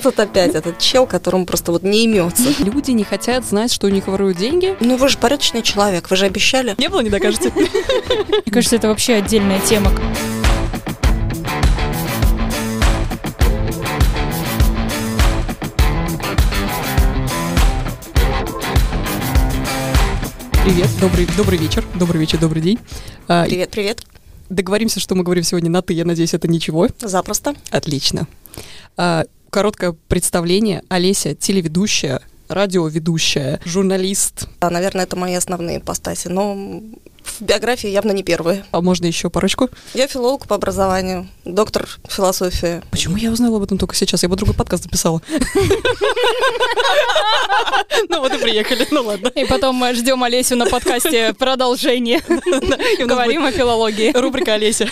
тут опять этот чел, которому просто вот не имется. Люди не хотят знать, что у них воруют деньги. Ну вы же порядочный человек, вы же обещали. Не было, не докажете. Мне кажется, это вообще отдельная тема. Привет, добрый вечер, добрый день. Привет. Договоримся, что мы говорим сегодня на «ты», я надеюсь, это ничего. Запросто. Отлично. Короткое представление. Олеся, телеведущая, радиоведущая, журналист. Да, наверное, это мои основные ипостаси, но в биографии явно не первые. А можно еще парочку? Я филолог по образованию, доктор философии. Почему я узнала об этом только сейчас? Я бы другой подкаст записала. Ну вот и приехали, ну ладно. И потом мы ждем Олесю на подкасте продолжение. Говорим о филологии. Рубрика «Олеся».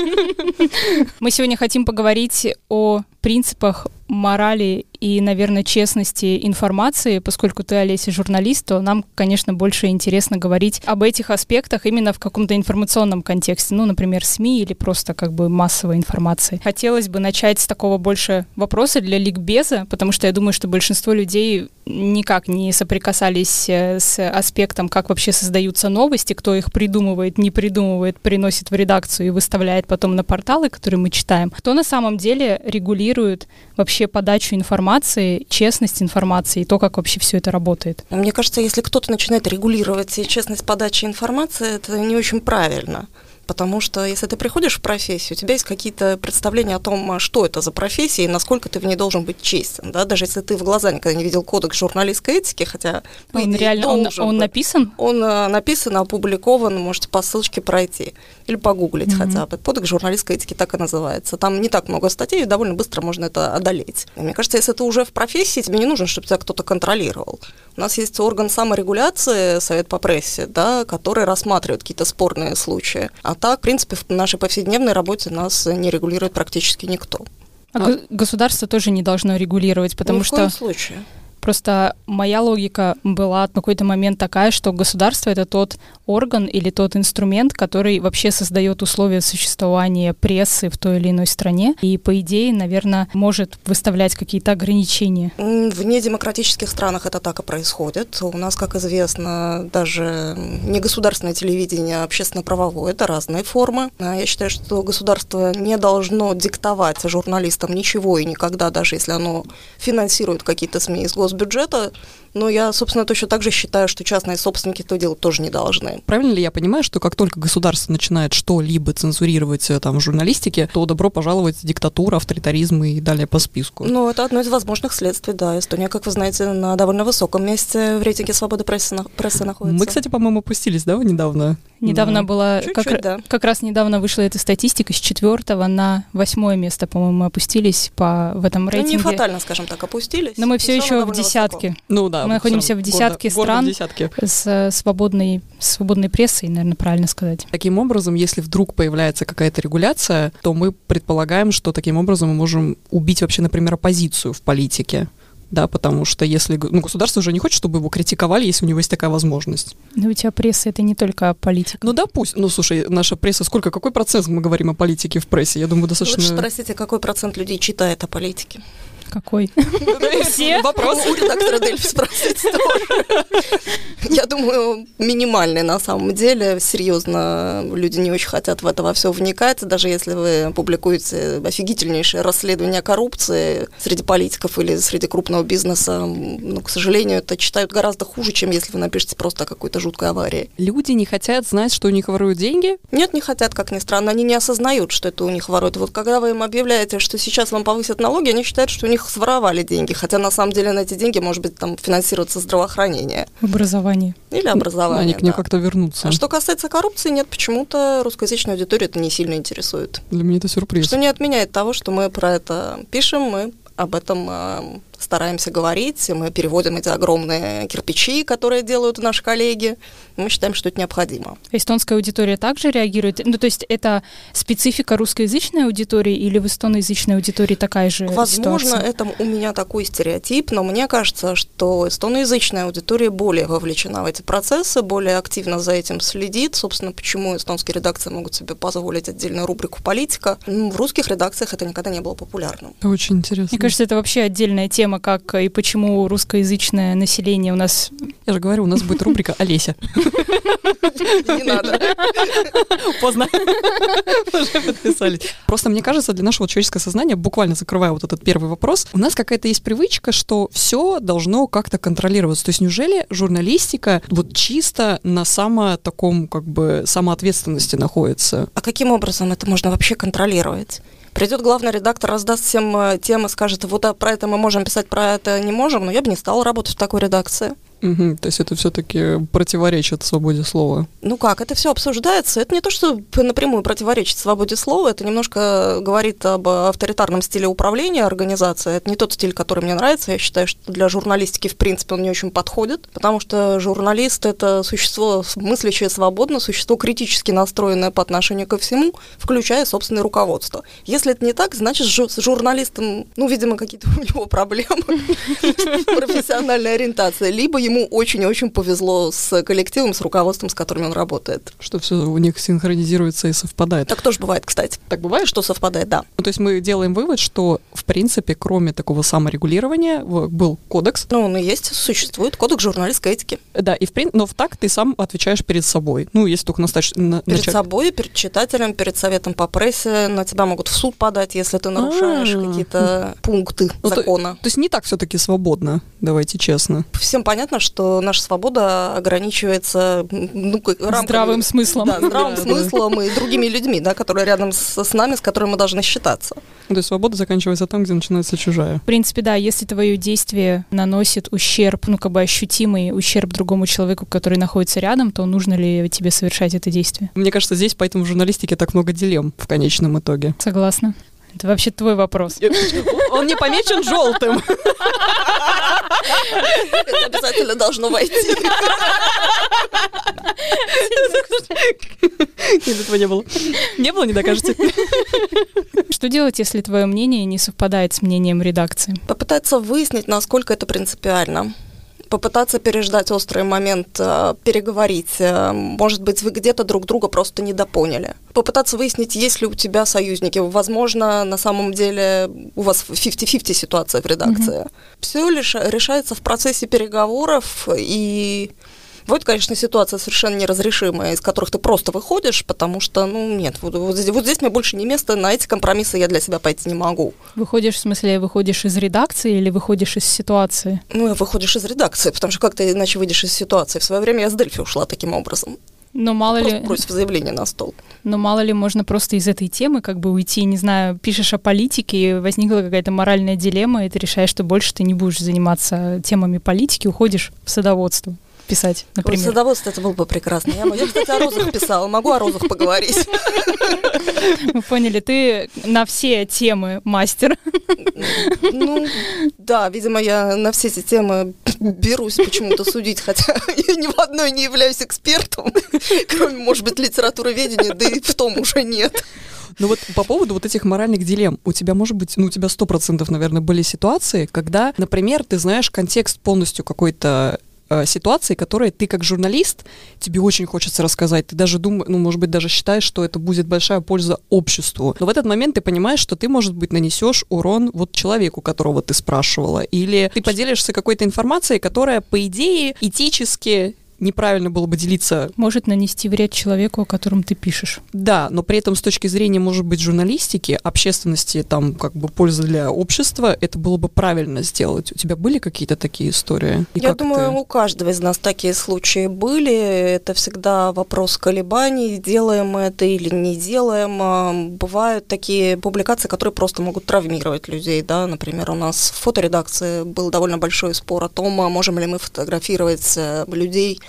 Мы сегодня хотим поговорить о принципах морали и, наверное, честности информации. Поскольку ты, Олеся, журналист, то нам, конечно, больше интересно говорить об этих аспектах именно в каком-то информационном контексте. Ну, например, СМИ или просто как бы массовой информации. Хотелось бы начать с такого больше вопроса для ликбеза, потому что я думаю, что большинство людей никак не соприкасались с аспектом, как вообще создаются новости, кто их придумывает, не придумывает, приносит в редакцию и выставляет потом на порталы, которые мы читаем. Кто на самом деле регулирует вообще подачу информации, честность информации и то, как вообще все это работает? Мне кажется, если кто-то начинает регулировать честность подачи информации, это не очень правильно. Потому что если ты приходишь в профессию, у тебя есть какие-то представления о том, что это за профессия и насколько ты в ней должен быть честен. Да? Даже если ты в глаза никогда не видел кодекс журналистской этики, хотя он реально он написан? Он написан, опубликован, можете по ссылочке пройти или погуглить хотя бы. Кодекс журналистской этики так и называется. Там не так много статей, и довольно быстро можно это одолеть. И мне кажется, если ты уже в профессии, тебе не нужно, чтобы тебя кто-то контролировал. У нас есть орган саморегуляции, Совет по прессе, да, который рассматривает какие-то спорные случаи. А так, в принципе, в нашей повседневной работе нас не регулирует практически никто. Государство тоже не должно регулировать, потому что... Ни в коем случае. Просто моя логика была в какой-то момент такая, что государство — это тот орган или тот инструмент, который вообще создает условия существования прессы в той или иной стране, и, по идее, наверное, может выставлять какие-то ограничения. В недемократических странах это так и происходит. У нас, как известно, даже не государственное телевидение, а общественно-правовое — это разные формы. Я считаю, что государство не должно диктовать журналистам ничего и никогда, даже если оно финансирует какие-то СМИ из госбюджета, но я, собственно, точно так же считаю, что частные собственники этого делать тоже не должны. Правильно ли я понимаю, что как только государство начинает что-либо цензурировать там, в журналистике, то добро пожаловать диктатура, авторитаризм и далее по списку? Ну, это одно из возможных следствий, да. Эстония, как вы знаете, на довольно высоком месте в рейтинге свободы прессы находится. Мы, кстати, по-моему, опустились, да, недавно? Недавно была, да. как раз недавно вышла эта статистика, с 4 на 8 место, по-моему, мы опустились в этом рейтинге. Ну, не фатально, скажем так, опустились. Но мы все еще в десятке. Высоко. Ну да. Мы находимся в десятке стран с свободной прессой, наверное, правильно сказать. Таким образом, если вдруг появляется какая-то регуляция, то мы предполагаем, что таким образом мы можем убить вообще, например, оппозицию в политике. Да, потому что если государство уже не хочет, чтобы его критиковали, если у него есть такая возможность. Но у тебя пресса — это не только политика. Ну да, пусть. Ну слушай, наша пресса, какой процент мы говорим о политике в прессе? Я думаю, достаточно... Лучше спросите, какой процент людей читает о политике? Какой? Все? Вопрос у редактора Дельфи спросить тоже. Я думаю, минимальный на самом деле. Серьезно, люди не очень хотят в это во все вникать. Даже если вы публикуете офигительнейшее расследование коррупции среди политиков или среди крупного бизнеса, но, к сожалению, это читают гораздо хуже, чем если вы напишете просто о какой-то жуткой аварии. Люди не хотят знать, что у них воруют деньги? Нет, не хотят, как ни странно. Они не осознают, что это у них воруют. Вот когда вы им объявляете, что сейчас вам повысят налоги, они считают, что у них своровали деньги, хотя на самом деле на эти деньги может быть там финансируется здравоохранение. Образование. Или образование. Они к ним как-то вернутся. А что касается коррупции, нет, почему-то русскоязычную аудиторию это не сильно интересует. Для меня это сюрприз. Что не отменяет того, что мы про это пишем, мы об этом стараемся говорить, мы переводим эти огромные кирпичи, которые делают наши коллеги. Мы считаем, что это необходимо. Эстонская аудитория также реагирует? Ну, то есть это специфика русскоязычной аудитории или в эстоноязычной аудитории такая же Возможно, ситуация? это у меня такой стереотип, но мне кажется, что эстоноязычная аудитория более вовлечена в эти процессы, более активно за этим следит. Собственно, почему эстонские редакции могут себе позволить отдельную рубрику «Политика». В русских редакциях это никогда не было популярным. Это очень интересно. Мне кажется, это вообще отдельная тема, как и почему русскоязычное население у нас... Я же говорю, у нас будет рубрика «Олеся». Не надо. Поздно. Уже подписались. Просто мне кажется, для нашего человеческого сознания, буквально закрывая вот этот первый вопрос, у нас какая-то есть привычка, что все должно как-то контролироваться. То есть неужели журналистика вот чисто на таком как бы самоответственности находится? А каким образом это можно вообще контролировать? Придет главный редактор, раздаст всем темы, скажет, вот про это мы можем писать, про это не можем, но я бы не стала работать в такой редакции. Угу, то есть это все-таки противоречит свободе слова. Ну как, это все обсуждается. Это не то, что напрямую противоречит свободе слова, это немножко говорит об авторитарном стиле управления организацией. Это не тот стиль, который мне нравится. Я считаю, что для журналистики, в принципе, он не очень подходит, потому что журналист — это существо мыслящее свободно, существо критически настроенное по отношению ко всему, включая собственное руководство. Если это не так, значит, с журналистом, видимо, какие-то у него проблемы профессиональной ориентации, либо ему очень-очень повезло с коллективом, с руководством, с которым он работает. Что все у них синхронизируется и совпадает. Так тоже бывает, кстати. Так бывает? Что совпадает, да. То есть мы делаем вывод, что, в принципе, кроме такого саморегулирования, был кодекс. Он и есть, существует кодекс журналистской этики. Да, но так ты сам отвечаешь перед собой. Если только перед собой, перед читателем, перед советом по прессе. На тебя могут в суд подать, если ты нарушаешь какие-то пункты закона. То есть не так все-таки свободно, давайте честно. Всем понятно, что наша свобода ограничивается рамками, здравым смыслом. Да, здравым смыслом и другими людьми, да, которые рядом с нами, с которыми мы должны считаться. То есть свобода заканчивается там, где начинается чужая. В принципе, да, если твое действие наносит ущерб, ощутимый ущерб другому человеку, который находится рядом, то нужно ли тебе совершать это действие? Мне кажется, здесь поэтому в журналистике так много дилемм в конечном итоге. Согласна. Это вообще твой вопрос. Он не помечен желтым. Это обязательно должно войти. Нет, этого не было. Не было, не докажете. Что делать, если твое мнение не совпадает с мнением редакции? Попытаться выяснить, насколько это принципиально. Попытаться переждать острый момент, переговорить. Может быть, вы где-то друг друга просто недопоняли. Попытаться выяснить, есть ли у тебя союзники. Возможно, на самом деле у вас 50-50 ситуация в редакции. Все решается в процессе переговоров, и бывает, конечно, ситуация совершенно неразрешимая, из которых ты просто выходишь, потому что, нет, вот здесь мне больше не место, на эти компромиссы я для себя пойти не могу. Выходишь, в смысле, выходишь из редакции или выходишь из ситуации? Выходишь из редакции, потому что как ты иначе выйдешь из ситуации? В свое время я с Дельфи ушла таким образом. Но мало ли... Просто бросив заявление на стол. Но мало ли можно просто из этой темы уйти, не знаю, пишешь о политике, и возникла какая-то моральная дилемма, и ты решаешь, что больше ты не будешь заниматься темами политики, уходишь в садоводство писать, например. Садоводство это было бы прекрасно. Я, кстати, о розах писала, могу о розах поговорить. Мы поняли, ты на все темы мастер. Да, видимо, я на все эти темы берусь почему-то судить, хотя я ни в одной не являюсь экспертом, кроме, может быть, литературоведения, да и в том уже нет. По поводу этих моральных дилемм, у тебя, может быть, у тебя 100%, наверное, были ситуации, когда, например, ты знаешь контекст полностью какой-то ситуации, которые ты как журналист, тебе очень хочется рассказать. Ты даже думаешь, может быть, даже считаешь, что это будет большая польза обществу. Но в этот момент ты понимаешь, что ты, может быть, нанесешь урон человеку, которого ты спрашивала. Или ты поделишься какой-то информацией, которая, по идее, этически неправильно было бы делиться. Может нанести вред человеку, о котором ты пишешь. Да, но при этом с точки зрения, может быть, журналистики, общественности, пользы для общества, это было бы правильно сделать. У тебя были какие-то такие истории? Я думаю, у каждого из нас такие случаи были. Это всегда вопрос колебаний, делаем мы это или не делаем. Бывают такие публикации, которые просто могут травмировать людей. Да? Например, у нас в фоторедакции был довольно большой спор о том, можем ли мы фотографировать людей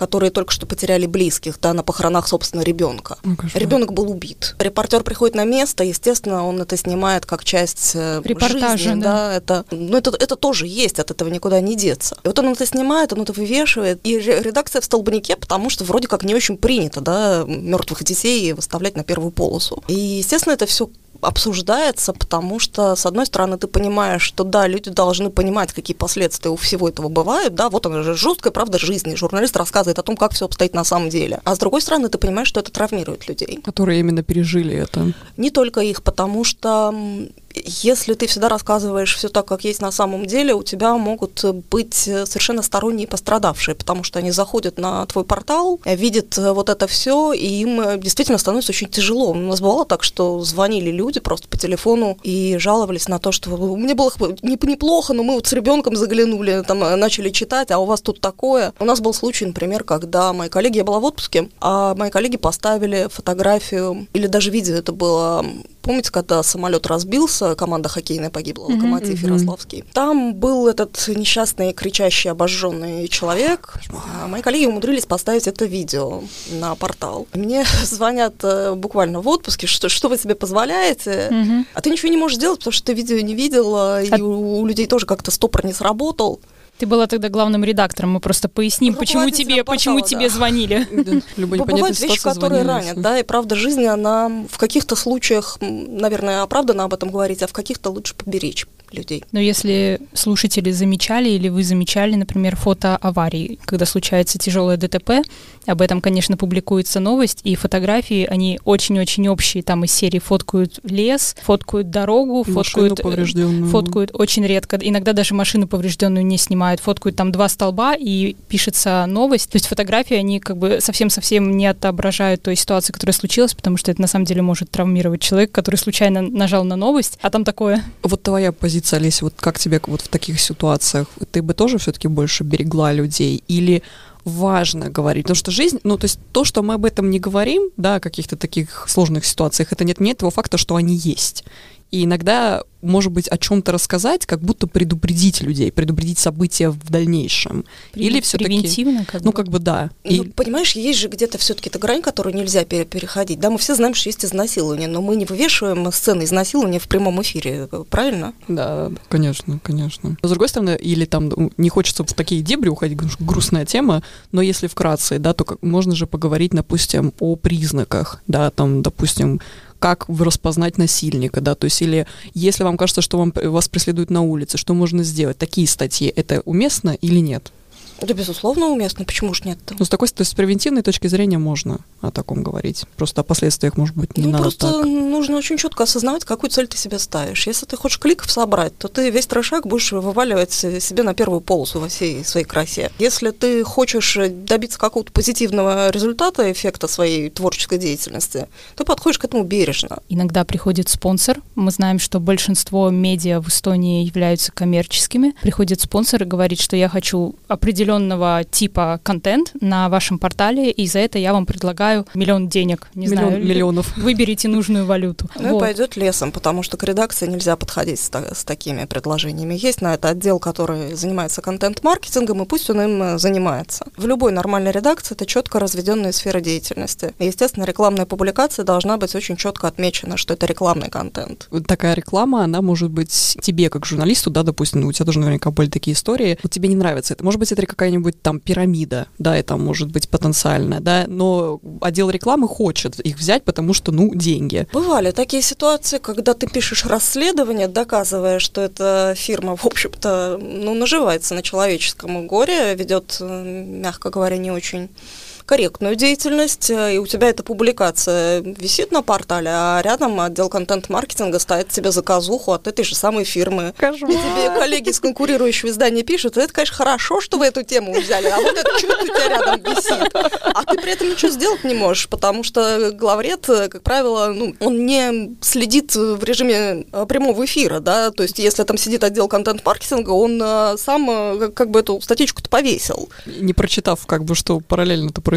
которые только что потеряли близких, да, на похоронах, собственно, ребенка. Ребенок был убит. Репортер приходит на место, естественно, он это снимает как часть репортажа, жизни, да. Это тоже есть, от этого никуда не деться. И вот он это снимает, он это вывешивает, и редакция в столбнике, потому что вроде как не очень принято, да, мертвых детей выставлять на первую полосу. И, естественно, это все обсуждается, потому что, с одной стороны, ты понимаешь, что, да, люди должны понимать, какие последствия у всего этого бывают, да, вот она же жесткая правда жизни, журналист рассказывает о том, как все обстоит на самом деле. А с другой стороны, ты понимаешь, что это травмирует людей. Которые именно пережили это. Не только их, потому что если ты всегда рассказываешь все так, как есть на самом деле, у тебя могут быть совершенно сторонние пострадавшие, потому что они заходят на твой портал, видят вот это все, и им действительно становится очень тяжело. У нас бывало так, что звонили люди просто по телефону и жаловались на то, что мне было неплохо, но мы вот с ребенком заглянули, там начали читать, а у вас тут такое. У нас был случай, например, когда мои коллеги, я была в отпуске, а мои коллеги поставили фотографию, или даже видео это было. Помните, когда самолет разбился, команда хоккейная погибла, Локомотив Ярославский. Там был этот несчастный, кричащий, обожженный человек. А мои коллеги умудрились поставить это видео на портал. Мне звонят буквально в отпуске, что вы себе позволяете, а ты ничего не можешь сделать, потому что ты видео не видела, и у людей тоже как-то стопор не сработал. Ты была тогда главным редактором, мы просто поясним, почему тебе звонили. Бывают вещи, которые ранят, да, и правда жизни, она в каких-то случаях, наверное, оправданно об этом говорить, а в каких-то лучше поберечь людей. Но если слушатели замечали или вы замечали, например, фото аварии, когда случается тяжелое ДТП, об этом, конечно, публикуется новость, и фотографии, они очень-очень общие, там из серии фоткают лес, фоткают дорогу, фоткают очень редко, иногда даже машину поврежденную не снимают, фоткают там 2 столба, и пишется новость. То есть фотографии, они как бы совсем-совсем не отображают той ситуации, которая случилась, потому что это на самом деле может травмировать человека, который случайно нажал на новость, а там такое. Вот твоя позиция, Олеся, вот как тебе вот в таких ситуациях? Ты бы тоже все-таки больше берегла людей? Или важно говорить? Потому что жизнь, то есть то, что мы об этом не говорим, да, о каких-то таких сложных ситуациях, это не отменяет того факта, что они есть. И иногда, может быть, о чем-то рассказать, как будто предупредить людей, предупредить события в дальнейшем. Или все-таки... Превентивно, как бы. Да. Понимаешь, есть же где-то все-таки эта грань, которую нельзя переходить. Да, мы все знаем, что есть изнасилование, но мы не вывешиваем сцены изнасилования в прямом эфире, правильно? Да, конечно. Но, с другой стороны, или там не хочется в такие дебри уходить, грустная тема, но если вкратце, да, то можно же поговорить, допустим, о признаках, да, там, допустим, как распознать насильника, да, то есть или если вам кажется, что вас преследуют на улице, что можно сделать? Такие статьи, это уместно или нет? Да, безусловно, уместно. Почему ж нет-то? Ну, с превентивной точки зрения можно о таком говорить. Просто о последствиях, может быть, не надо просто так. Нужно очень четко осознавать, какую цель ты себе ставишь. Если ты хочешь кликов собрать, то ты весь трешак будешь вываливать себе на первую полосу во всей своей красе. Если ты хочешь добиться какого-то позитивного результата, эффекта своей творческой деятельности, ты подходишь к этому бережно. Иногда приходит спонсор. Мы знаем, что большинство медиа в Эстонии являются коммерческими. Приходит спонсор и говорит, что я хочу определенного типа контент на вашем портале, и за это я вам предлагаю 1 миллион денег. Миллионов. Выберите нужную валюту. И пойдет лесом, потому что к редакции нельзя подходить с такими предложениями. Есть на это отдел, который занимается контент-маркетингом, и пусть он им занимается. В любой нормальной редакции это четко разведенные сферы деятельности. И, естественно, рекламная публикация должна быть очень четко отмечена, что это рекламный контент. Такая реклама, она может быть тебе, как журналисту, да, допустим, у тебя тоже наверняка были такие истории, вот тебе не нравится это. Может быть, это какая-нибудь там пирамида, да, это может быть потенциально, да, но отдел рекламы хочет их взять, потому что, деньги. Бывали такие ситуации, когда ты пишешь расследование, доказывая, что эта фирма, в общем-то, наживается на человеческом горе, ведет, мягко говоря, не очень корректную деятельность, и у тебя эта публикация висит на портале, а рядом отдел контент-маркетинга ставит тебе заказуху от этой же самой фирмы. Кошмар. И тебе коллеги из конкурирующего издания пишут, это, конечно, хорошо, что вы эту тему взяли, а вот это что-то у тебя рядом висит. А ты при этом ничего сделать не можешь, потому что главред, как правило, он не следит в режиме прямого эфира, да, то есть если там сидит отдел контент-маркетинга, он сам как бы эту статичку-то повесил. Не прочитав, как бы, что параллельно-то происходит.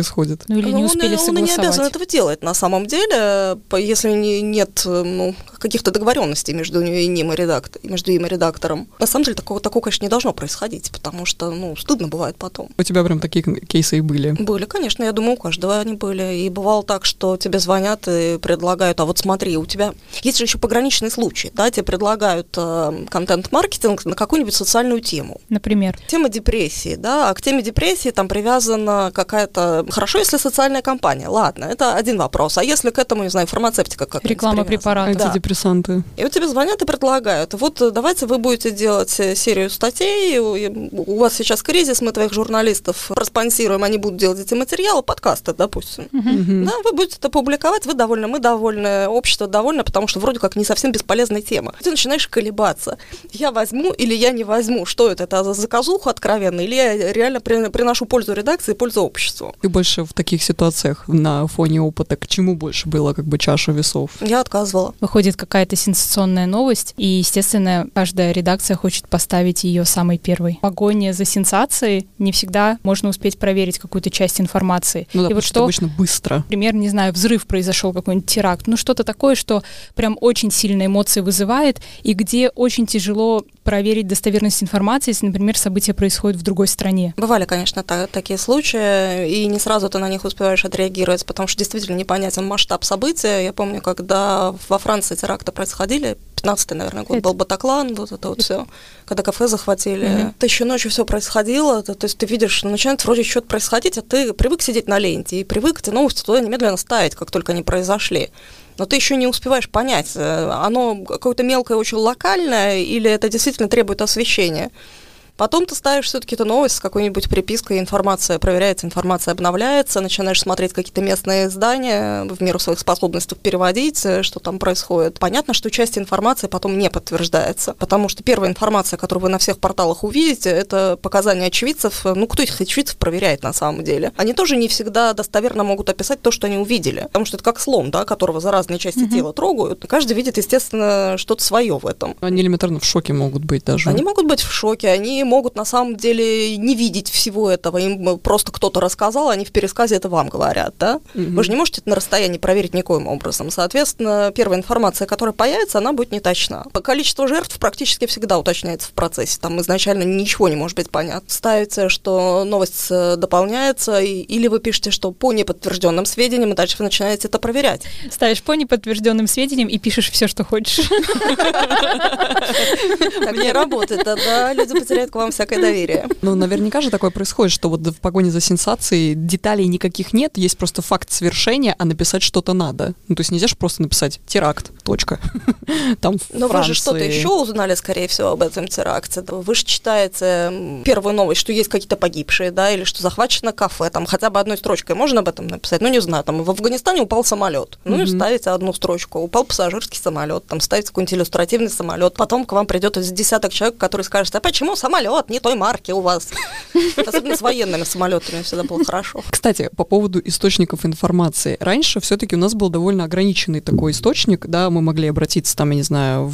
происходит? Ну или не успели согласовать. Он и не обязан этого делать на самом деле, если нет каких-то договоренностей между ним и редактором. На самом деле такого, конечно, не должно происходить, потому что, стыдно бывает потом. У тебя прям такие кейсы и были? Были, конечно, я думаю, у каждого они были. И бывало так, что тебе звонят и предлагают, а вот смотри, у тебя есть же еще пограничный случай, да, тебе предлагают контент-маркетинг на какую-нибудь социальную тему. Например? Тема депрессии, да, а к теме депрессии там привязана какая-то... Хорошо, если социальная кампания, ладно, это один вопрос. А если к этому, не знаю, фармацевтика какая-то реклама препаратов. Да. Антидепрессанты. И вот тебе звонят и предлагают, вот давайте вы будете делать серию статей, у вас сейчас кризис, мы твоих журналистов проспонсируем, они будут делать эти материалы, подкасты, допустим. Да, вы будете это публиковать, вы довольны, мы довольны, общество довольно, потому что вроде как не совсем бесполезная тема. Ты начинаешь колебаться. Я возьму или я не возьму? Что это за заказуха откровенно? Или я реально приношу пользу редакции и пользу обществу? Ты больше в таких ситуациях на фоне опыта к чему больше было чаша весов? Я отказывала. Выходит какая-то сенсационная новость, и, естественно, каждая редакция хочет поставить ее самой первой. В погоне за сенсацией не всегда можно успеть проверить какую-то часть информации. Ну да, и вот что обычно быстро. Например, не знаю, взрыв произошел, какой-нибудь теракт, что-то такое, что прям очень сильные эмоции вызывает, и где очень тяжело проверить достоверность информации, если, например, событие происходит в другой стране. Бывали, конечно, такие случаи, и не сразу ты на них успеваешь отреагировать, потому что действительно непонятен масштаб события. Я помню, когда во Франции теракты происходили, 15-й, наверное, год был Батаклан, вот это вот все, когда кафе захватили. Это еще ночью все происходило, то есть ты видишь, начинает вроде что-то происходить, а ты привык сидеть на ленте, и привык эти новости туда немедленно ставить, как только они произошли. Но ты еще не успеваешь понять, оно какое-то мелкое, очень локальное, или это действительно требует освещения. Потом ты ставишь все-таки эту новость с какой-нибудь припиской, информация проверяется, информация обновляется, начинаешь смотреть какие-то местные издания, в меру своих способностей переводить, что там происходит. Понятно, что часть информации потом не подтверждается, потому что первая информация, которую вы на всех порталах увидите, это показания очевидцев. Кто этих очевидцев проверяет на самом деле? Они тоже не всегда достоверно могут описать то, что они увидели, потому что это как слон, да, которого за разные части тела трогают. Каждый видит, естественно, что-то свое в этом. Они элементарно в шоке могут быть даже. Они могут быть в шоке, они могут на самом деле не видеть всего этого, им просто кто-то рассказал, они в пересказе это вам говорят, да? Вы же не можете это на расстоянии проверить никоим образом. Соответственно, первая информация, которая появится, она будет не точна. Количество жертв практически всегда уточняется в процессе, там изначально ничего не может быть понятно. Ставится, что новость дополняется, или вы пишете, что по неподтвержденным сведениям, и дальше вы начинаете это проверять. Ставишь по неподтвержденным сведениям и пишешь все, что хочешь. Так не работает, да, люди потеряют к вам всякое доверие. Наверняка же такое происходит, что вот в погоне за сенсацией деталей никаких нет, есть просто факт совершения, а написать что-то надо. То есть нельзя же просто написать «теракт», точка. Там в Но Франции. вы же что-то еще узнали, скорее всего, об этом теракте. Вы же читаете первую новость, что есть какие-то погибшие, да, или что захвачено кафе, там хотя бы одной строчкой можно об этом написать? Не знаю, там в Афганистане упал самолет. И ставите одну строчку. Упал пассажирский самолет, там ставите какой-нибудь иллюстративный самолет. Потом к вам придет из десяток человек, который скажет: а почему самолет не той марки у вас? Особенно с военными самолетами всегда было хорошо. Кстати, по поводу источников информации. Раньше все-таки у нас был довольно ограниченный такой источник, да, мы могли обратиться там, я не знаю,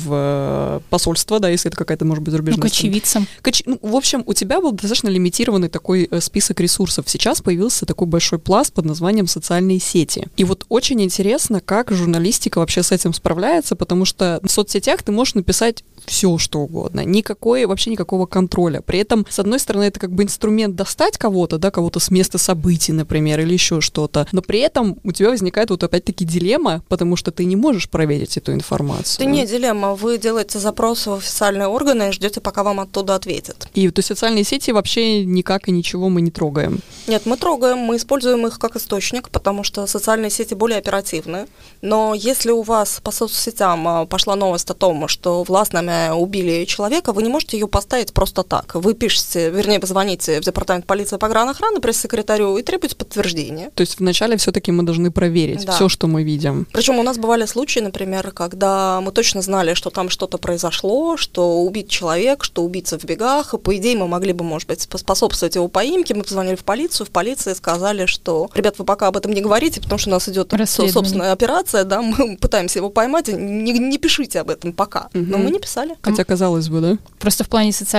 в посольство, да, если это какая-то, может быть, зарубежная к очевидцам. В общем, у тебя был достаточно лимитированный такой список ресурсов. Сейчас появился такой большой пласт под названием социальные сети. И вот очень интересно, как журналистика вообще с этим справляется, потому что в соцсетях ты можешь написать все, что угодно. Вообще никакого контроля. При этом, с одной стороны, это как бы инструмент достать кого-то, да, кого-то с места событий, например, или еще что-то. Но при этом у тебя возникает вот опять-таки дилемма, потому что ты не можешь проверить эту информацию. Это не дилемма. Вы делаете запрос в официальные органы и ждете, пока вам оттуда ответят. И то есть социальные сети вообще никак и ничего мы не трогаем? Нет, мы трогаем, мы используем их как источник, потому что социальные сети более оперативны. Но если у вас по соцсетям пошла новость о том, что властными убили человека, вы не можете ее поставить просто так. Вы пишете, вы звоните в департамент полиции погранохраны пресс-секретарю и требуете подтверждения. То есть вначале все-таки мы должны проверить все, что мы видим. Причем у нас бывали случаи, например, когда мы точно знали, что там что-то произошло, что убит человек, что убийца в бегах, и по идее мы могли бы, может быть, способствовать его поимке. Мы позвонили в полиции сказали, что, ребят, вы пока об этом не говорите, потому что у нас идет собственная операция, да, мы пытаемся его поймать, не пишите об этом пока. Но мы не писали. Хотя, казалось бы, да? Просто в плане социальных сетей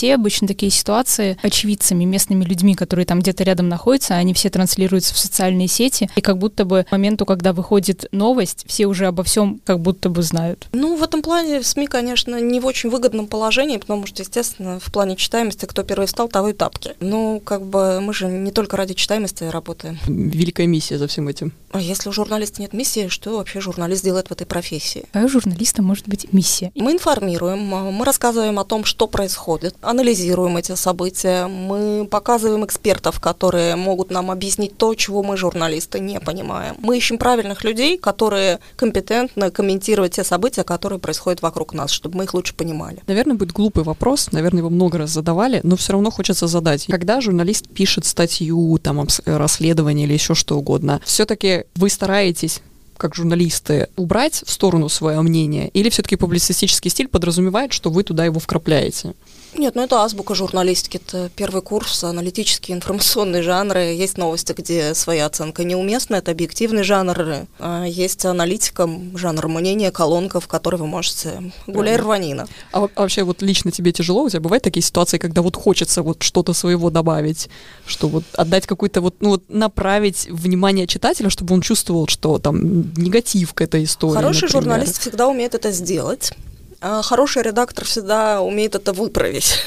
все обычно такие ситуации очевидцами, местными людьми, которые там где-то рядом находятся, они все транслируются в социальные сети, и как будто бы к моменту, когда выходит новость, все уже обо всем как будто бы знают. Ну, в этом плане СМИ, конечно, не в очень выгодном положении, потому что, естественно, в плане читаемости, кто первый встал, того и тапки. Ну, как бы мы же не только ради читаемости работаем. Великая миссия за всем этим. А если у журналиста нет миссии, что вообще журналист делает в этой профессии? Какая у журналиста может быть миссия? Мы информируем, мы рассказываем о том, что происходит, анализируем эти события, мы показываем экспертов, которые могут нам объяснить то, чего мы, журналисты, не понимаем. Мы ищем правильных людей, которые компетентно комментировать те события, которые происходят вокруг нас, чтобы мы их лучше понимали. Наверное, будет глупый вопрос, наверное, его много раз задавали, но все равно хочется задать. Когда журналист пишет статью, там, расследование или еще что угодно, все-таки вы стараетесь, как журналисты, убрать в сторону свое мнение, или все-таки публицистический стиль подразумевает, что вы туда его вкрапляете? Нет, ну это азбука журналистики, это первый курс, аналитические информационные жанры. Есть новости, где своя оценка неуместна, это объективный жанр. А есть аналитика, жанр мнения, колонка, в которой вы можете гуляй рванина. А вообще вот лично тебе тяжело? У тебя бывают такие ситуации, когда вот хочется вот что-то своего добавить, что вот отдать какой-то вот, ну вот направить внимание читателя, чтобы он чувствовал, что там негатив к этой истории, Хороший например. журналист всегда умеет это сделать. А хороший редактор всегда умеет это выправить.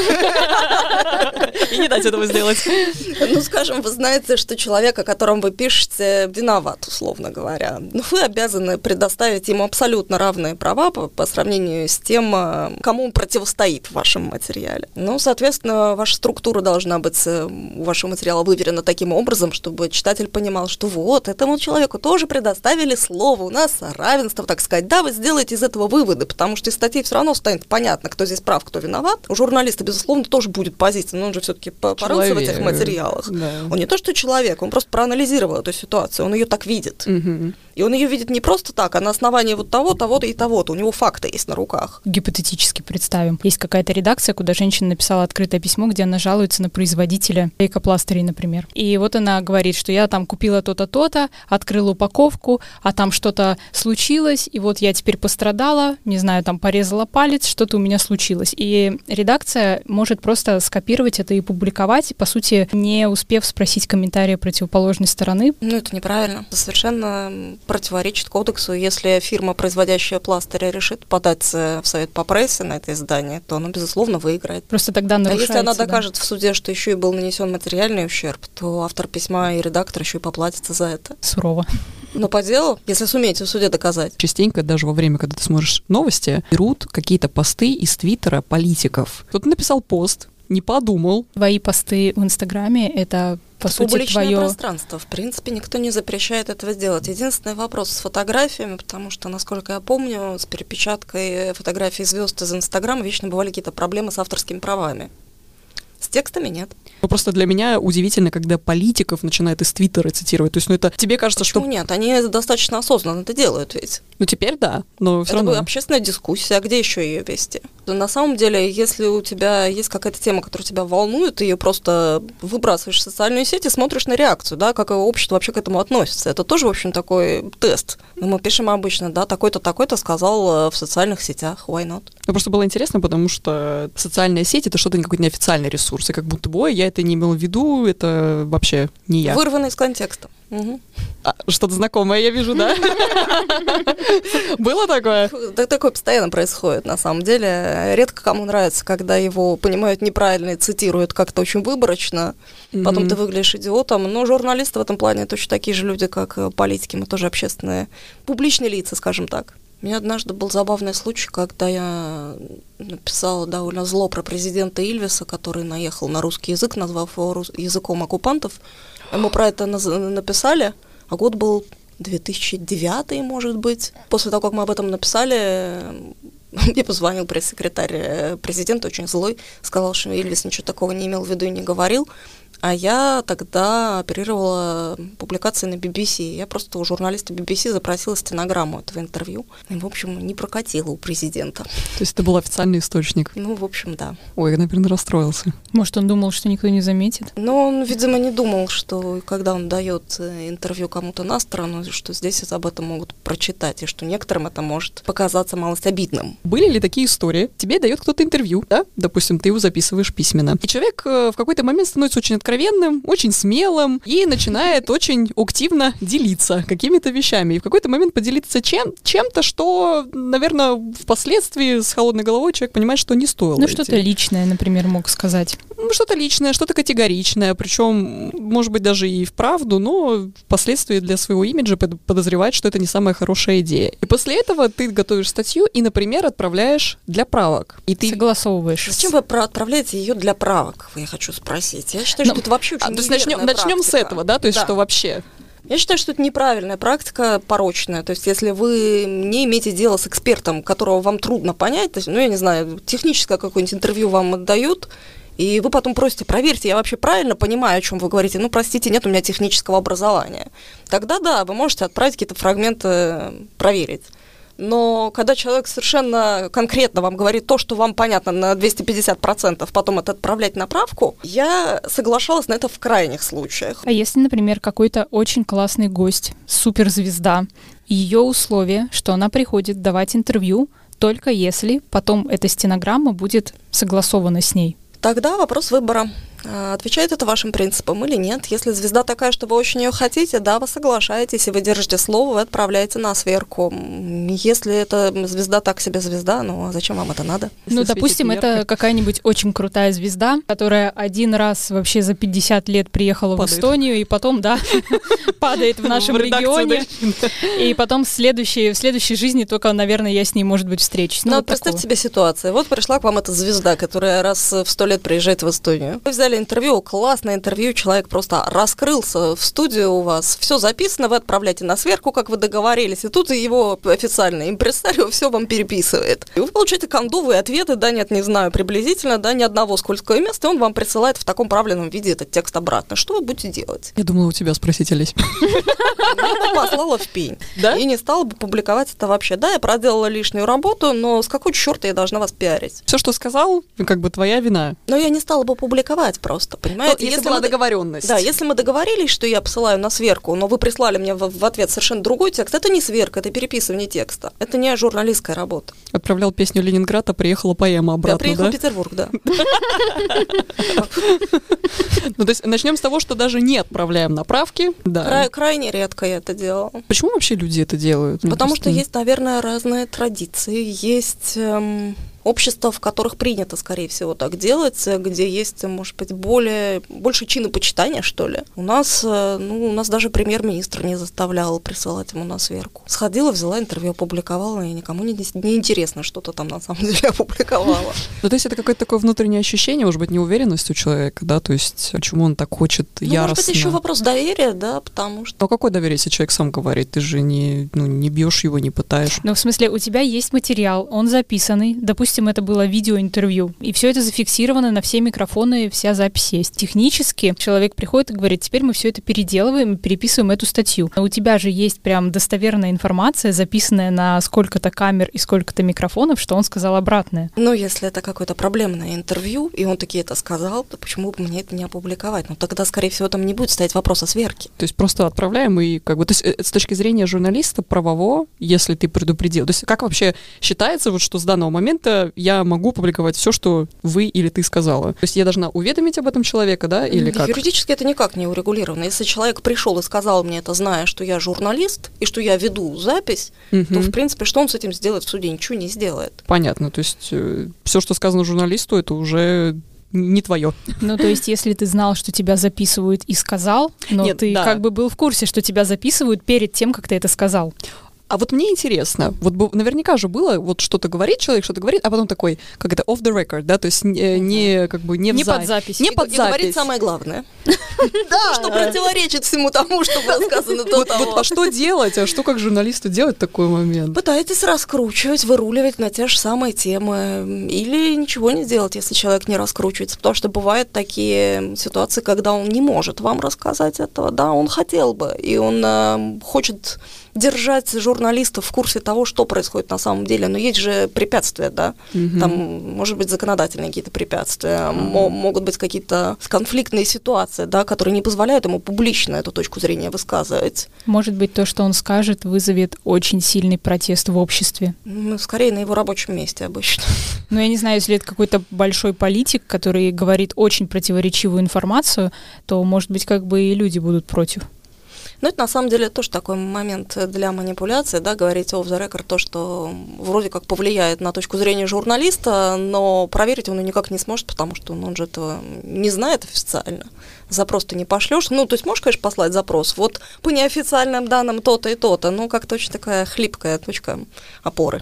И не дать этого сделать. Ну, скажем, вы знаете, что человек, о котором вы пишете, виноват, условно говоря. Но вы обязаны предоставить ему абсолютно равные права по сравнению с тем, кому он противостоит в вашем материале. Ну, соответственно, ваша структура должна быть у вашего материала выверена таким образом, чтобы читатель понимал, что вот, этому человеку тоже предоставили слово, у нас равенство, так сказать. Да, вы сделаете из этого выводы, потому что из статьи все равно станет понятно, кто здесь прав, кто виноват. У журналиста, безусловно, тоже будет позиция, но он же все-таки порылся в этих материалах. Да. Он не то, что человек, он просто проанализировал эту ситуацию, он ее так видит. И он ее видит не просто так, а на основании вот того, того-то и того-то. У него факты есть на руках. Гипотетически представим. Есть какая-то редакция, куда женщина написала открытое письмо, где она жалуется на производителя лейкопластырей, например. И вот она говорит, что я там купила то-то, то-то, открыла упаковку, а там что-то случилось, и вот я теперь пострадала, не знаю, там порезала палец, что-то у меня случилось. И редакция может просто скопировать это и публиковать, по сути, не успев спросить комментарии противоположной стороны. Ну, это неправильно. Это совершенно противоречит кодексу. Если фирма, производящая пластыря, решит подать в совет по прессе на это издание, то оно, безусловно, выиграет. Просто тогда нарушается. А если она докажет в суде, что еще и был нанесен материальный ущерб, то автор письма и редактор еще и поплатятся за это. Сурово. Но по делу, если сумеете в суде доказать. Частенько, даже во время, когда ты смотришь новости, берут какие-то посты из Твиттера политиков. Кто-то написал пост, не подумал. Твои посты в Инстаграме — это, по сути, публичное твое... пространство. В принципе, никто не запрещает этого сделать. Единственный вопрос с фотографиями, потому что, насколько я помню, с перепечаткой фотографий звезд из Инстаграма вечно бывали какие-то проблемы с авторскими правами. С текстами нет. Ну, просто для меня удивительно, когда политиков начинают из Твиттера цитировать. То есть, ну, это тебе кажется, Почему что... нет? Они достаточно осознанно это делают ведь. Ну, теперь да, но все Это равно... общественная дискуссия, а где еще ее вести? На самом деле, если у тебя есть какая-то тема, которая тебя волнует, ты ее просто выбрасываешь в социальную сеть и смотришь на реакцию, да, как общество вообще к этому относится. Это тоже, в общем, такой тест. Мы пишем обычно, да, такой-то, такой-то сказал в социальных сетях, why not? Ну, просто было интересно, потому что социальная сеть — это что-то какой-то неофициальный ресурс, и как будто бы, ой, я это не имел в виду, это вообще не я. Вырвано из контекста. Угу. Что-то знакомое я вижу, да? Было такое? Такое постоянно происходит, на самом деле. Редко кому нравится, когда его понимают неправильно и цитируют как-то очень выборочно. Потом ты выглядишь идиотом. Но журналисты в этом плане точно такие же люди, как политики. Мы тоже общественные, публичные лица, скажем так. У меня однажды был забавный случай, когда я написала довольно зло про президента Ильвеса, который наехал на русский язык, назвав его языком оккупантов. Мы про это написали, а год был 2009, может быть. После того, как мы об этом написали, мне позвонил пресс-секретарь президента, очень злой, сказал, что Ильвес ничего такого не имел в виду и не говорил. А я тогда оперировала публикации на BBC. Я просто у журналиста BBC запросила стенограмму этого интервью. И, в общем, не прокатила у президента. То есть это был официальный источник? Ну, в общем, да. Ой, я, наверное, расстроился. Может, он думал, что никто не заметит? Но он, видимо, не думал, что когда он дает интервью кому-то на сторону, что здесь об этом могут прочитать, и что некоторым это может показаться малость обидным. Были ли такие истории? Тебе дает кто-то интервью, да? Допустим, ты его записываешь письменно. И человек в какой-то момент становится очень откровенным, очень смелым и начинает очень активно делиться какими-то вещами. И в какой-то момент поделиться чем-то, что, наверное, впоследствии с холодной головой человек понимает, что не стоило. Ну, что-то личное, например, мог сказать. Что-то личное, что-то категоричное, причем, может быть, даже и вправду, но впоследствии для своего имиджа подозревает, что это не самая хорошая идея. И после этого ты готовишь статью и, например, отправляешь для правок. И ты согласовываешь. Зачем вы отправляете ее для правок, я хочу спросить? Я считаю, что это вообще очень неверная практика. Начнем с этого, да? То есть, что вообще... Я считаю, что это неправильная практика, порочная. То есть, если вы не имеете дело с экспертом, которого вам трудно понять, то есть, ну, я не знаю, техническое какое-нибудь интервью вам отдают, и вы потом просите, проверьте, я вообще правильно понимаю, о чем вы говорите. Ну, простите, нет у меня технического образования. Тогда да, вы можете отправить какие-то фрагменты, проверить. Но когда человек совершенно конкретно вам говорит то, что вам понятно на 250%, потом это отправлять на правку, я соглашалась на это в крайних случаях. А если, например, какой-то очень классный гость, суперзвезда, ее условие, что она приходит давать интервью, только если потом эта стенограмма будет согласована с ней? Тогда вопрос выбора. Отвечает это вашим принципам или нет? Если звезда такая, что вы очень ее хотите, да, вы соглашаетесь, и вы держите слово, вы отправляете на сверку. Если эта звезда так себе звезда, ну а зачем вам это надо? Ну, допустим, это какая-нибудь очень крутая звезда, которая один раз вообще за 50 лет приехала в Эстонию, и потом, да, падает в нашем регионе. И потом в следующей жизни только, наверное, я с ней, может быть, встречусь. Ну, представьте себе ситуацию. Вот пришла к вам эта звезда, которая раз в 100 лет приезжает в Эстонию. Вы взяли интервью, классное интервью, человек просто раскрылся в студию у вас, все записано, вы отправляете на сверку, как вы договорились, и тут его официальный импресарио все вам переписывает. И вы получаете кондовые ответы, да, нет, не знаю, приблизительно, да, ни одного скользкого места, и он вам присылает в таком правленном виде этот текст обратно. Что вы будете делать? Я думала, у тебя спросить, Олесь. Я бы послала в пень. Да? И не стала бы публиковать это вообще. Да, я проделала лишнюю работу, но с какой черта я должна вас пиарить? Все, что сказал, как бы твоя вина. Но я не стала бы публиковать просто, понимаете? Ну, если была договоренность. Да, если мы договорились, что я посылаю на сверку, но вы прислали мне в ответ совершенно другой текст, это не сверка, это переписывание текста. Это не журналистская работа. Отправлял песню «Ленинград», а приехала поэма обратно, да? Приехал в Петербург, да. Ну, то есть начнем с того, что даже не отправляем направки. Да. Крайне редко я это делала. Почему вообще люди это делают? Потому что есть, наверное, разные традиции. Есть общества, в которых принято, скорее всего, так делать, где есть, может быть, больше чинопочитания, что ли. У нас даже премьер-министр не заставлял присылать ему на сверку. Сходила, взяла интервью, опубликовала, и никому не интересно, что-то там на самом деле опубликовала. Ну, то есть это какое-то такое внутреннее ощущение, может быть, неуверенность у человека, да, то есть почему он так хочет яростно. Может быть, еще вопрос доверия, да, потому что... Ну, какое доверие, если человек сам говорит? Ты же не бьешь его, не пытаешь. Ну, в смысле, у тебя есть материал, он записанный, допустим, это было видеоинтервью, и все это зафиксировано на все микрофоны, вся запись есть. Технически человек приходит и говорит, теперь мы все это переделываем и переписываем эту статью. Но у тебя же есть прям достоверная информация, записанная на сколько-то камер и сколько-то микрофонов, что он сказал обратное. Ну, если это какое-то проблемное интервью, и он таки это сказал, то почему бы мне это не опубликовать? Ну, тогда, скорее всего, там не будет стоять вопрос о сверке. То есть просто отправляем и как бы... То есть с точки зрения журналиста правово, если ты предупредил, то есть как вообще считается, вот что с данного момента я могу публиковать все, что вы или ты сказала? То есть я должна уведомить об этом человека, да, или как? Юридически это никак не урегулировано. Если человек пришел и сказал мне это, зная, что я журналист и что я веду запись, то, в принципе, что он с этим сделает в суде? Ничего не сделает. Понятно. То есть все, что сказано журналисту, это уже... не твое. Ну, то есть, если ты знал, что тебя записывают и сказал, но ты как бы был в курсе, что тебя записывают перед тем, как ты это сказал. А вот мне интересно, вот наверняка же было, вот что-то говорит человек, что-то говорит, а потом такой, как это, off the record, да, то есть не как бы не под запись. Не под запись. запись. Говорит самое главное. Да, что противоречит всему тому, что было сказано до того. А что делать? А что как журналисту делать в такой момент? Пытаетесь раскручивать, выруливать на те же самые темы. Или ничего не делать, если человек не раскручивается. Потому что бывают такие ситуации, когда он не может вам рассказать этого. Да, он хотел бы, и он хочет держать журналистов в курсе того, что происходит на самом деле. Но есть же препятствия, да? Там, может быть, законодательные какие-то препятствия, могут быть какие-то конфликтные ситуации, да, которые не позволяют ему публично эту точку зрения высказывать. Может быть, то, что он скажет, вызовет очень сильный протест в обществе. Скорее, на его рабочем месте обычно. Ну, я не знаю, если это какой-то большой политик, который говорит очень противоречивую информацию, то, может быть, как бы и люди будут против. Но это на самом деле тоже такой момент для манипуляции, да, говорить off the record то, что вроде как повлияет на точку зрения журналиста, но проверить он никак не сможет, потому что он же этого не знает официально. Запрос ты не пошлешь. Ну, то есть можешь, конечно, послать запрос. Вот по неофициальным данным то-то и то-то, но как-то очень такая хлипкая точка опоры.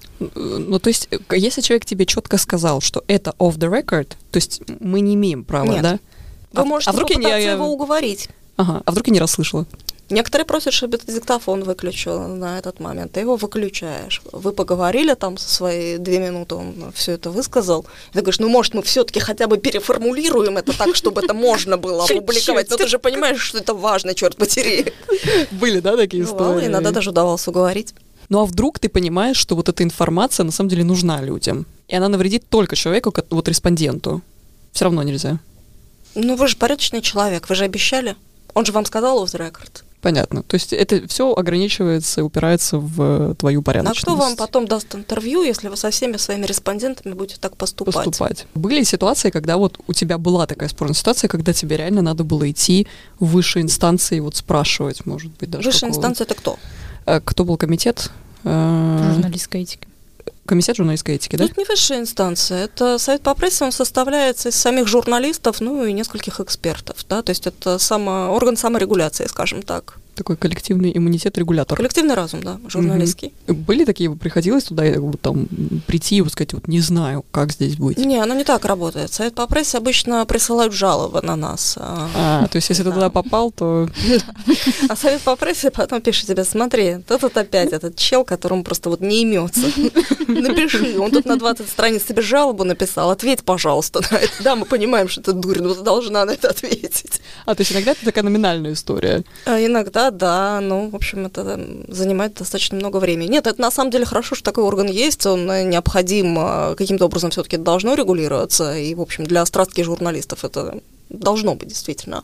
Ну, то есть, если человек тебе четко сказал, что это off the record, то есть мы не имеем права, нет. Да? Вы можете попытаться его уговорить. Ага, а вдруг я не расслышала? Некоторые просят, чтобы ты диктофон выключил на этот момент. Ты его выключаешь. Вы поговорили там со свои 2 минуты, он все это высказал. И ты говоришь, ну, может, мы все-таки хотя бы переформулируем это так, чтобы это можно было опубликовать. Но ты же понимаешь, что это важно, черт потери. Были, да, такие истории? Иногда даже удавалось уговорить. Ну, а вдруг ты понимаешь, что вот эта информация на самом деле нужна людям, и она навредит только человеку, вот респонденту? Все равно нельзя. Ну, вы же порядочный человек, вы же обещали. Он же вам сказал off the record. Понятно. То есть это все ограничивается, упирается в твою порядочность. А кто вам потом даст интервью, если вы со всеми своими респондентами будете так поступать? Были ситуации, когда вот у тебя была такая спорная ситуация, когда тебе реально надо было идти в высшие инстанции, вот спрашивать, может быть, даже Высшая инстанция — это кто? Кто был комитет? Журналистской этики. Комитет журналистской этики, да? Это не высшая инстанция, это совет по прессе, он составляется из самих журналистов, ну и нескольких экспертов, да, то есть это орган саморегуляции, скажем так. Такой коллективный иммунитет-регулятор. Коллективный разум, да, журналистский. Были такие, приходилось туда вот, там, прийти и вот сказать, вот не знаю, как здесь быть? Не, оно не так работает. Совет по прессе обычно присылают жалобы на нас. То есть если ты туда попал, то... А совет по прессе потом пишет тебе, смотри, тут опять этот чел, которому просто вот не имется. Напиши, он тут на 20 страниц тебе жалобу написал, ответь, пожалуйста, на это. Да, мы понимаем, что ты дурь, но ты должна на это ответить. То есть иногда это такая номинальная история? Иногда, да, ну, в общем, это занимает достаточно много времени. Нет, это на самом деле хорошо, что такой орган есть, он необходим, каким-то образом все-таки должно регулироваться, и, в общем, для страстки журналистов это должно быть действительно.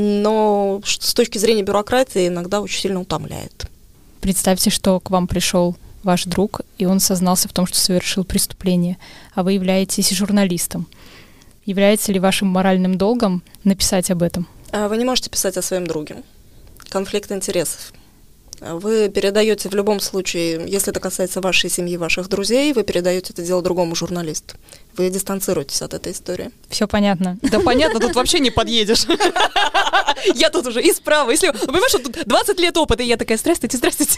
Но с точки зрения бюрократии иногда очень сильно утомляет. Представьте, что к вам пришел ваш друг, и он сознался в том, что совершил преступление, а вы являетесь журналистом. Является ли вашим моральным долгом написать об этом? Вы не можете писать о своем друге. Конфликт интересов. Вы передаете в любом случае, если это касается вашей семьи, ваших друзей, вы передаете это дело другому журналисту. Вы дистанцируетесь от этой истории. Все понятно. Да понятно, тут вообще не подъедешь. Я тут уже и справа, и слева. Понимаешь, что тут 20 лет опыта, и я такая, здравствуйте.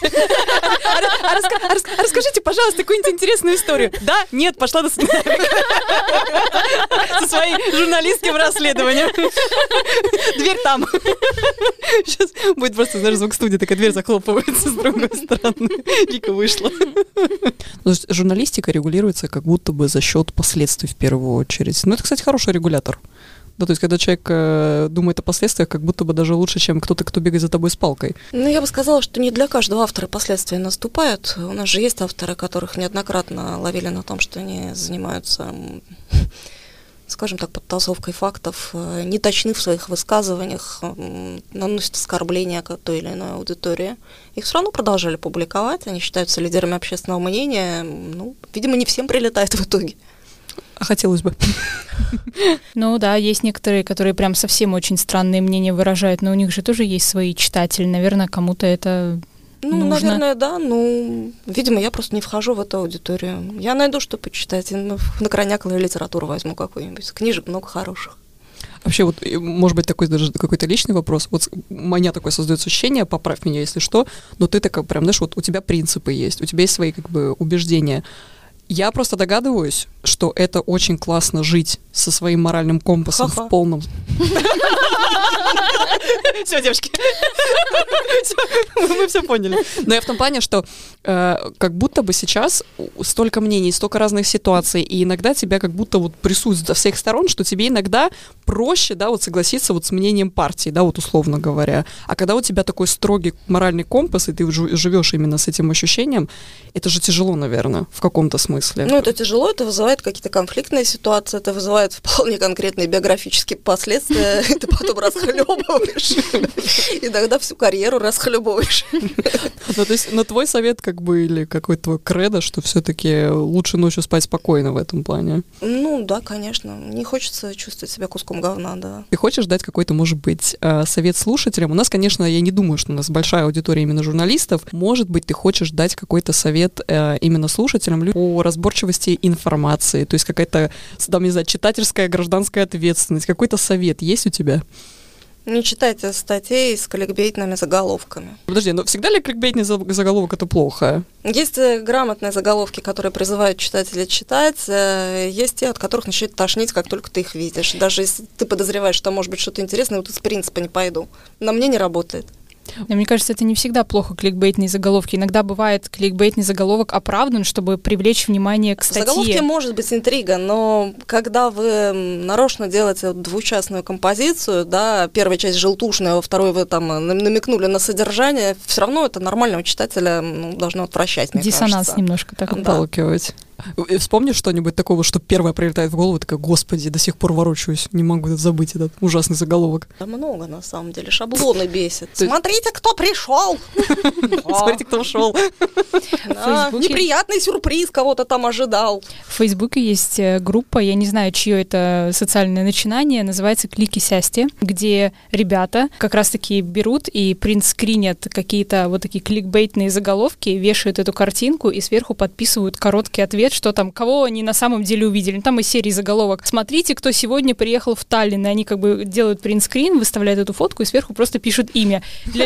Расскажите, пожалуйста, какую-нибудь интересную историю. Да? Нет? Пошла до свидания. Со своим журналистским расследованием. Дверь там. Сейчас будет просто, знаешь, звук студии, такая дверь захлопывается с другой стороны. Вика вышла. Журналистика регулируется как будто бы за счет последствий в первую очередь. Ну, это, кстати, хороший регулятор. Да, то есть, когда человек думает о последствиях, как будто бы даже лучше, чем кто-то, кто бегает за тобой с палкой. Ну, я бы сказала, что не для каждого автора последствия наступают. У нас же есть авторы, которых неоднократно ловили на том, что они занимаются, скажем так, подтасовкой фактов, неточны в своих высказываниях, наносят оскорбления той или иной аудитории. Их все равно продолжали публиковать, они считаются лидерами общественного мнения. Ну, видимо, не всем прилетает в итоге. А хотелось бы. Ну да, есть некоторые, которые прям совсем очень странные мнения выражают, но у них же тоже есть свои читатели. Наверное, кому-то это нужно. Наверное, да. Ну, видимо, я просто не вхожу в эту аудиторию. Я найду, что почитать. На крайняклую литературу возьму какую-нибудь. Книжек много хороших. Вообще, вот, может быть, такой даже какой-то личный вопрос. Вот у меня такое создается ощущение, поправь меня, если что, но ты такая прям, знаешь, вот у тебя принципы есть, у тебя есть свои как бы убеждения. Я просто догадываюсь, что это очень классно жить со своим моральным компасом в полном... Все, девочки, мы все поняли. Но я в том плане, что как будто бы сейчас столько мнений, столько разных ситуаций, и иногда тебя как будто вот прессуют со всех сторон, что тебе иногда проще, да, вот согласиться вот с мнением партии, да, вот условно говоря. А когда у тебя такой строгий моральный компас, и ты живешь именно с этим ощущением, это же тяжело, наверное, в каком-то смысле. Ну, это тяжело, это вызывает какие-то конфликтные ситуации, это вызывает вполне конкретные биографические последствия, ты потом расхлебываешь, иногда всю карьеру расхлебываешь. Ну, то есть, но твой совет как бы, или какой-то твой кредо, что все-таки лучше ночью спать спокойно в этом плане? Ну, да, конечно. Не хочется чувствовать себя куском говна, да. Ты хочешь дать какой-то, может быть, совет слушателям? У нас, конечно, я не думаю, что у нас большая аудитория именно журналистов. Может быть, ты хочешь дать какой-то совет именно слушателям по разборчивости информации, то есть какая-то, там, не знаю, читательская, гражданская ответственность, какой-то совет есть у тебя? Не читайте статей с кликбейтными заголовками. Подожди, но всегда ли кликбейтный заголовок это плохо? Есть грамотные заголовки, которые призывают читателя читать, есть те, от которых начинает тошнить, как только ты их видишь. Даже если ты подозреваешь, что может быть что-то интересное, вот из принципа не пойду. На мне не работает. Мне кажется, это не всегда плохо, кликбейтные заголовки. Иногда бывает кликбейтный заголовок оправдан, чтобы привлечь внимание к статье. В заголовке может быть интрига, но когда вы нарочно делаете двухчастную композицию, да, первая часть желтушная, во второй вы там намекнули на содержание, все равно это нормального читателя должно отвращать, мне кажется. Диссонанс немножко так отталкивать. Вспомнишь что-нибудь такого, что первое прилетает в голову, такая, господи, до сих пор ворочаюсь, не могу забыть этот ужасный заголовок. Да много, на самом деле, шаблоны бесит. Смотрите, кто пришел! Смотрите, кто ушел! Неприятный сюрприз кого-то там ожидал. В Фейсбуке есть группа, я не знаю, чье это социальное начинание, называется «Клики счастья», где ребята как раз-таки берут и принтскринят какие-то вот такие кликбейтные заголовки, вешают эту картинку и сверху подписывают короткий ответ, что там, кого они на самом деле увидели. Там из серии заголовок. Смотрите, кто сегодня приехал в Таллин. И они как бы делают принтскрин, выставляют эту фотку и сверху просто пишут имя.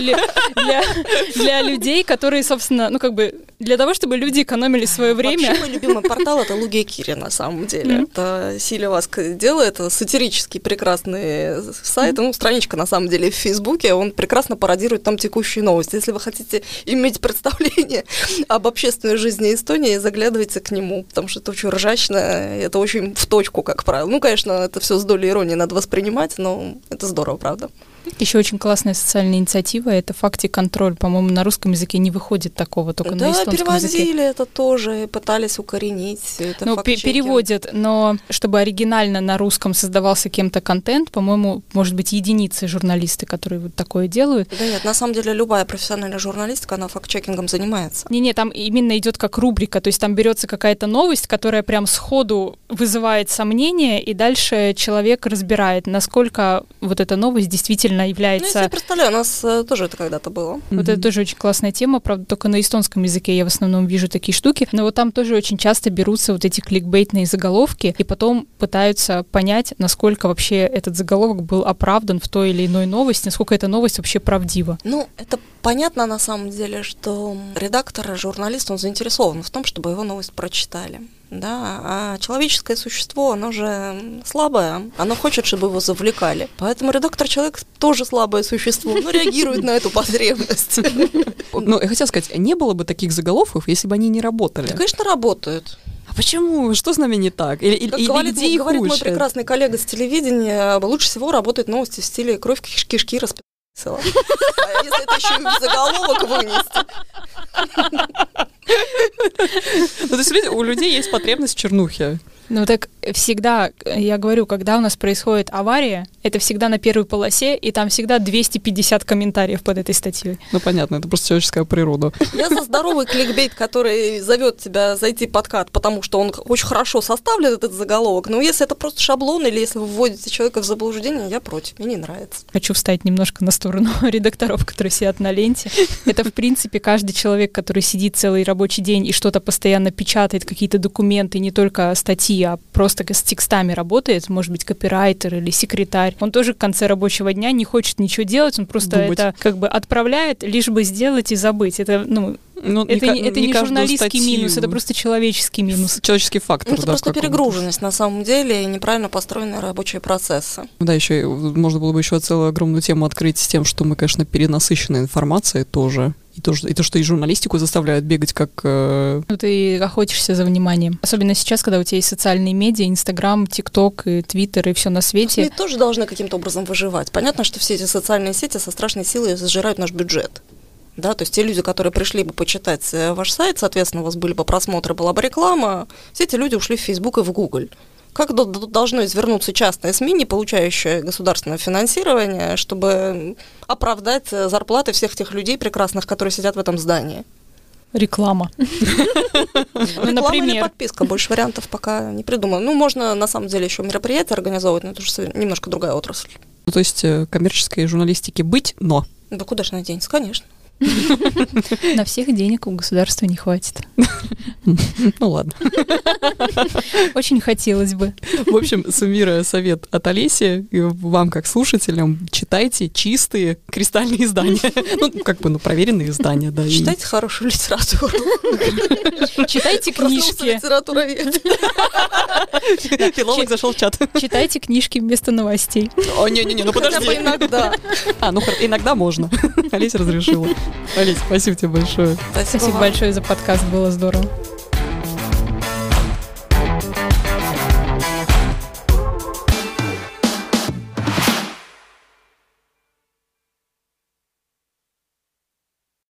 Для людей, которые, собственно, ну как бы для того, чтобы люди экономили свое время. Вообще мой любимый портал — это Лугия Кири, на самом деле. Это Силя Васк делает, это сатирический прекрасный сайт, ну, страничка, на самом деле, в Фейсбуке, он прекрасно пародирует там текущие новости. Если вы хотите иметь представление об общественной жизни Эстонии, заглядывайте к нему, потому что это очень ржачно, это очень в точку, как правило. Ну, конечно, это все с долей иронии надо воспринимать, но это здорово, правда. Еще очень классная социальная инициатива — это «Факти-контроль». По-моему, на русском языке не выходит такого, только на эстонском языке. Да, переводили это тоже, пытались укоренить. Ну, переводят, но чтобы оригинально на русском создавался кем-то контент, по-моему, может быть, единицы журналисты, которые вот такое делают. Да нет, на самом деле любая профессиональная журналистика, она факт-чекингом занимается. Не-не, там именно идет как рубрика, то есть там берется какая-то новость, которая прям сходу вызывает сомнения, и дальше человек разбирает, насколько вот эта новость действительно является... Ну, я себе представляю, у нас тоже это когда-то было. Вот это тоже очень классная тема, правда, только на эстонском языке я в основном вижу такие штуки, но вот там тоже очень часто берутся вот эти кликбейтные заголовки и потом пытаются понять, насколько вообще этот заголовок был оправдан в той или иной новости, насколько эта новость вообще правдива. Ну, это понятно на самом деле, что редактор, журналист, он заинтересован в том, чтобы его новость прочитали. Да, а человеческое существо, оно же слабое, оно хочет, чтобы его завлекали. Поэтому редактор-человек тоже слабое существо, но реагирует на эту потребность. Ну, я хотела сказать, не было бы таких заголовков, если бы они не работали. Да, конечно, работают. А почему? Что с нами не так? Или говорит где мой прекрасный коллега с телевидения, лучше всего работают новости в стиле «Кровь, кишки, расписала». А если это еще и в заголовок вынести? Ну, то есть у людей есть потребность в чернухе. Ну так всегда, я говорю, когда у нас происходит авария, это всегда на первой полосе, и там всегда 250 комментариев под этой статьей. Ну понятно, это просто человеческая природа. Я за здоровый кликбейт, который зовет тебя зайти подкат, потому что он очень хорошо составлен, этот заголовок. Но если это просто шаблон, или если вы вводите человека в заблуждение, я против, мне не нравится. Хочу встать немножко на сторону редакторов, которые сидят на ленте. Это, в принципе, каждый человек, который сидит целый рабочий день и что-то постоянно печатает, какие-то документы, не только статьи, IT, а просто с текстами работает, может быть, копирайтер или секретарь, он тоже в конце рабочего дня не хочет ничего делать, он просто это как бы отправляет, лишь бы сделать и забыть. Это, это не журналистский минус, это просто человеческий минус. Человеческий фактор. Это просто перегруженность на самом деле и неправильно построенные рабочие процессы. Да, еще можно было бы еще целую огромную тему открыть с тем, что мы, конечно, перенасыщены информацией тоже. И то, что и журналистику заставляют бегать как... Ты охотишься за вниманием. Особенно сейчас, когда у тебя есть социальные медиа, Инстаграм, ТикТок, и Твиттер, и все на свете. СМИ тоже должны каким-то образом выживать. Понятно, что все эти социальные сети со страшной силой сжирают наш бюджет. Да, то есть те люди, которые пришли бы почитать ваш сайт, соответственно, у вас были бы просмотры, была бы реклама, все эти люди ушли в Facebook и в Google. Как должно извернуться частное СМИ, не получающее государственное финансирование, чтобы оправдать зарплаты всех тех людей прекрасных, которые сидят в этом здании? Реклама. Реклама или подписка, больше вариантов пока не придумано. Можно на самом деле еще мероприятия организовывать, но это уже немножко другая отрасль. То есть коммерческой журналистики быть, но... Да куда же она денется, конечно. На всех денег у государства не хватит. Ну ладно. Очень хотелось бы. В общем, суммируя совет от Олеси, вам, как слушателям, читайте чистые кристальные издания. Проверенные издания, да. Читайте хорошую литературу. Читайте книжки. Филолог зашел в чат. Читайте книжки вместо новостей. О, не-не-не, подожди. Хотя бы иногда. Иногда можно. Олеся разрешила. Олесь, спасибо тебе большое. Спасибо большое за подкаст, было здорово.